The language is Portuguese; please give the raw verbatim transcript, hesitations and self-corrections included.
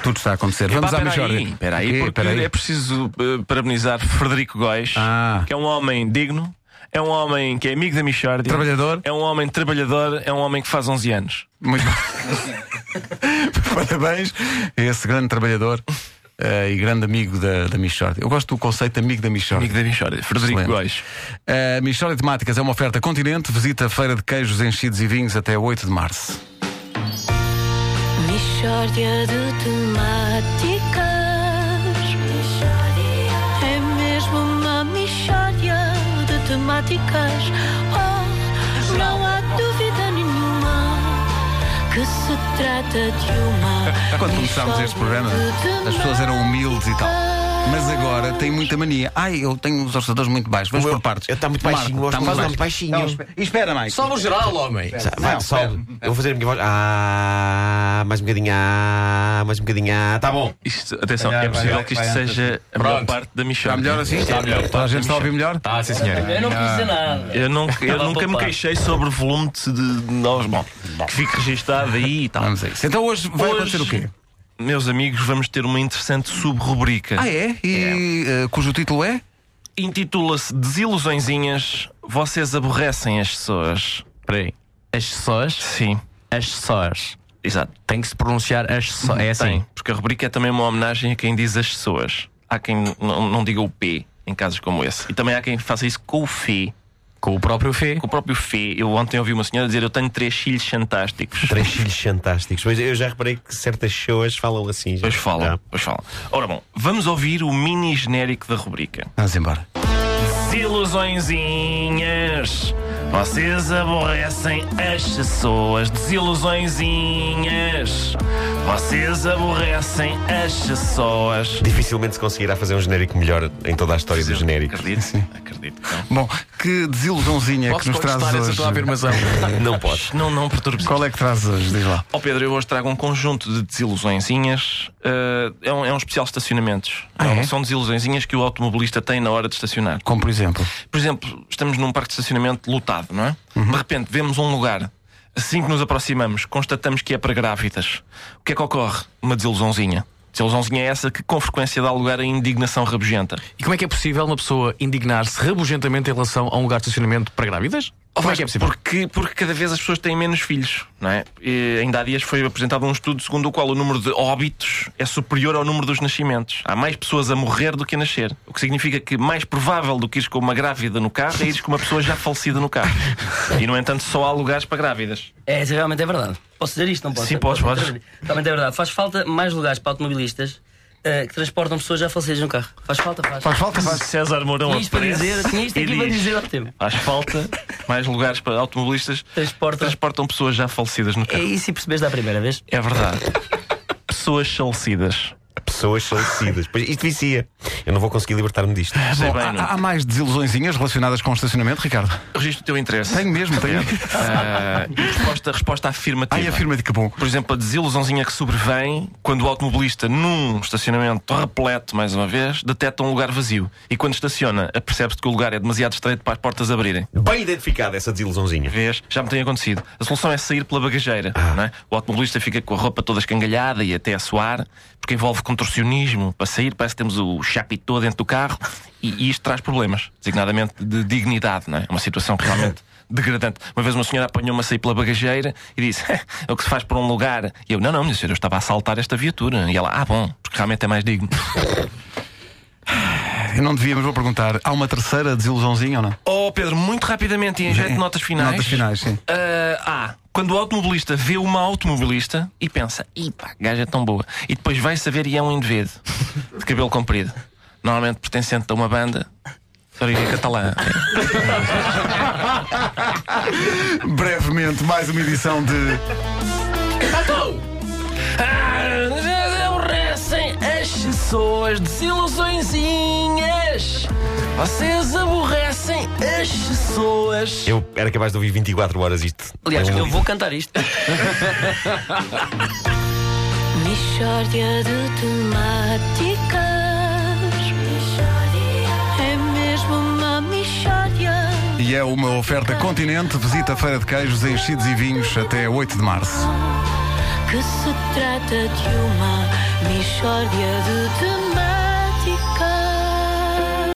Tudo está a acontecer. Vamos à Michórdia. Espera aí, porque Peraí. é preciso uh, parabenizar Frederico Góis, Ah. que é um homem digno, é um homem que é amigo da Michórdia, Trabalhador. é um homem trabalhador, é um homem que faz onze anos. Muito Parabéns a esse grande trabalhador uh, e grande amigo da, da Michórdia. Eu gosto do conceito de amigo da Michórdia. Amigo da Michórdia, Frederico Excelente. Góis. A Michórdia de Temáticas é uma oferta Continente. Visita a Feira de Queijos, Enchidos e Vinhos até oito de março. Michórdia de temáticas. É mesmo uma michórdia de temáticas. Oh, não há dúvida nenhuma que se trata de uma. Quando começámos este programa, as pessoas eram humildes e tal. Mas agora tem muita mania. Ai, eu tenho os orçadores muito baixos. Vamos Eu- por partes. eu tá muito baixinho, Marco, eu tá acho que muito faz baixo. muito baixinho. Não, espera- espera, Mike. Só no geral, homem. Vai, Não, sobe. espera. Eu vou fazer a minha voz. Ah, mais um bocadinho. Ah, mais um bocadinho. Ah, tá bom. Isto, atenção, Vai, é vai, possível vai, que isto vai, seja a Pronto. melhor parte da Está Michórdia. melhor assim? Está melhor. Toda a gente está a ouvir melhor? Tá, sim, senhora. Eu não quis dizer nada. Eu, não, eu Estava a nunca me poupar. queixei sobre o volume de, de nós. Bom, que fique registado aí e tal. Vamos a isso. Então hoje vai Hoje, acontecer o quê? Meus amigos, vamos ter uma interessante sub-rubrica. Ah, é? E uh, cujo título é? Intitula-se Desilusõezinhas. Vocês aborrecem as pessoas. Espera aí. As pessoas? Sim, As pessoas. exato. Tem que se pronunciar as pessoas. É assim. Tem, porque a rubrica é também uma homenagem a quem diz as pessoas. Há quem não, não diga o P em casos como esse. E também há quem faça isso com o Fê. Com o próprio Fê. Com o próprio Fê. Eu ontem ouvi uma senhora dizer: eu tenho três filhos fantásticos. Três filhos fantásticos. Mas eu já reparei que certas pessoas falam assim. Já. Pois falam, Já. pois falam. Ora bom, vamos ouvir o mini genérico da rubrica. Vamos embora. Desilusõezinhas. Vocês aborrecem as pessoas. Desilusõezinhas. Vocês aborrecem as pessoas. Dificilmente se conseguirá fazer um genérico melhor em toda a história do genérico. Acredito, acredito. Não. Bom, que desilusãozinha Posso que nos trazes contestar essa hoje? tua afirmação? Não pode. Não, não perturbes. Qual é que trazes hoje? Diz lá. Ó Pedro, eu hoje trago um conjunto de desilusõezinhas. Uh, é, um, é um especial de estacionamentos. Ah, é? São desilusõezinhas que o automobilista tem na hora de estacionar. Como por exemplo? Por exemplo, estamos num parque de estacionamento lotado, não é? De repente vemos um lugar. Assim que nos aproximamos, constatamos que é para grávidas. O que é que ocorre? Uma desilusãozinha. Desilusãozinha é essa que com frequência dá lugar a indignação rabugenta. E como é que é possível uma pessoa indignar-se rabugentamente em relação a um lugar de estacionamento para grávidas? Como é que é possível? Porque, porque cada vez as pessoas têm menos filhos, não é? E ainda há dias foi apresentado um estudo segundo o qual o número de óbitos é superior ao número dos nascimentos. Há mais pessoas a morrer do que a nascer. O que significa que mais provável do que ires com uma grávida no carro é ires com uma pessoa já falecida no carro. E, no entanto, só há lugares para grávidas. É, isso realmente é verdade. Posso dizer isto? Não posso? Sim, podes, podes. Realmente é verdade. Faz falta mais lugares para automobilistas eh, que transportam pessoas já falecidas no carro. Faz falta, faz. Faz falta, faz. César Mourão Tinha isto para aparece dizer, tinha isto e aqui para diz, dizer ao tempo. faz falta mais lugares para automobilistas que Transportam. transportam pessoas já falecidas no É carro. isso e percebeste da primeira vez? É verdade. Pessoas falecidas. Pessoas falecidas. Pois isto vicia. Eu não vou conseguir libertar-me disto. Sei Bom, bem, há, não. há mais desilusõezinhas relacionadas com o estacionamento, Ricardo? Registro o teu interesse. Tenho mesmo, tenho. Ah, e resposta, resposta afirmativa. Ai, afirma de que bom. Por exemplo, a desilusãozinha que sobrevém quando o automobilista, num estacionamento repleto, mais uma vez, detecta um lugar vazio. E quando estaciona, apercebe-se que o lugar é demasiado estreito para as portas abrirem. Bem identificada essa desilusãozinha. Vês? Já me tem acontecido. A solução é sair pela bagageira. Não é? O automobilista fica com a roupa toda escangalhada e até a suar, porque envolve contorcionismo. Para sair, parece que temos o chapitô dentro do carro. E, e isto traz problemas, designadamente de dignidade. Não é? É uma situação realmente degradante. Uma vez uma senhora apanhou-me a sair pela bagageira e disse: é o que se faz por um lugar. E eu: não, não, minha senhora, eu estava a assaltar esta viatura. E ela: ah, bom, porque realmente é mais digno. Eu não devia, mas vou perguntar. Há uma terceira desilusãozinha ou não? Oh, Pedro, muito rapidamente e em jeito de notas finais. Notas finais, sim. Ah, ah, quando o automobilista vê uma automobilista e pensa: ih pá, gaja é tão boa. E depois vai saber e é um indivíduo de cabelo comprido, normalmente pertencente a uma banda de origem catalã. Brevemente, mais uma edição de. Ah, aborrecem as pessoas, desilusõezinhas. Vocês aborrecem as pessoas. Eu era capaz de ouvir vinte e quatro horas isto. Aliás, É um- eu vou cantar isto. Michórdia de temáticas. É mesmo uma michórdia. E é uma oferta Continente. Visita a Feira de Queijos, Enchidos e Vinhos até oito de março. Que se trata de uma michórdia. mixórdia de temáticas.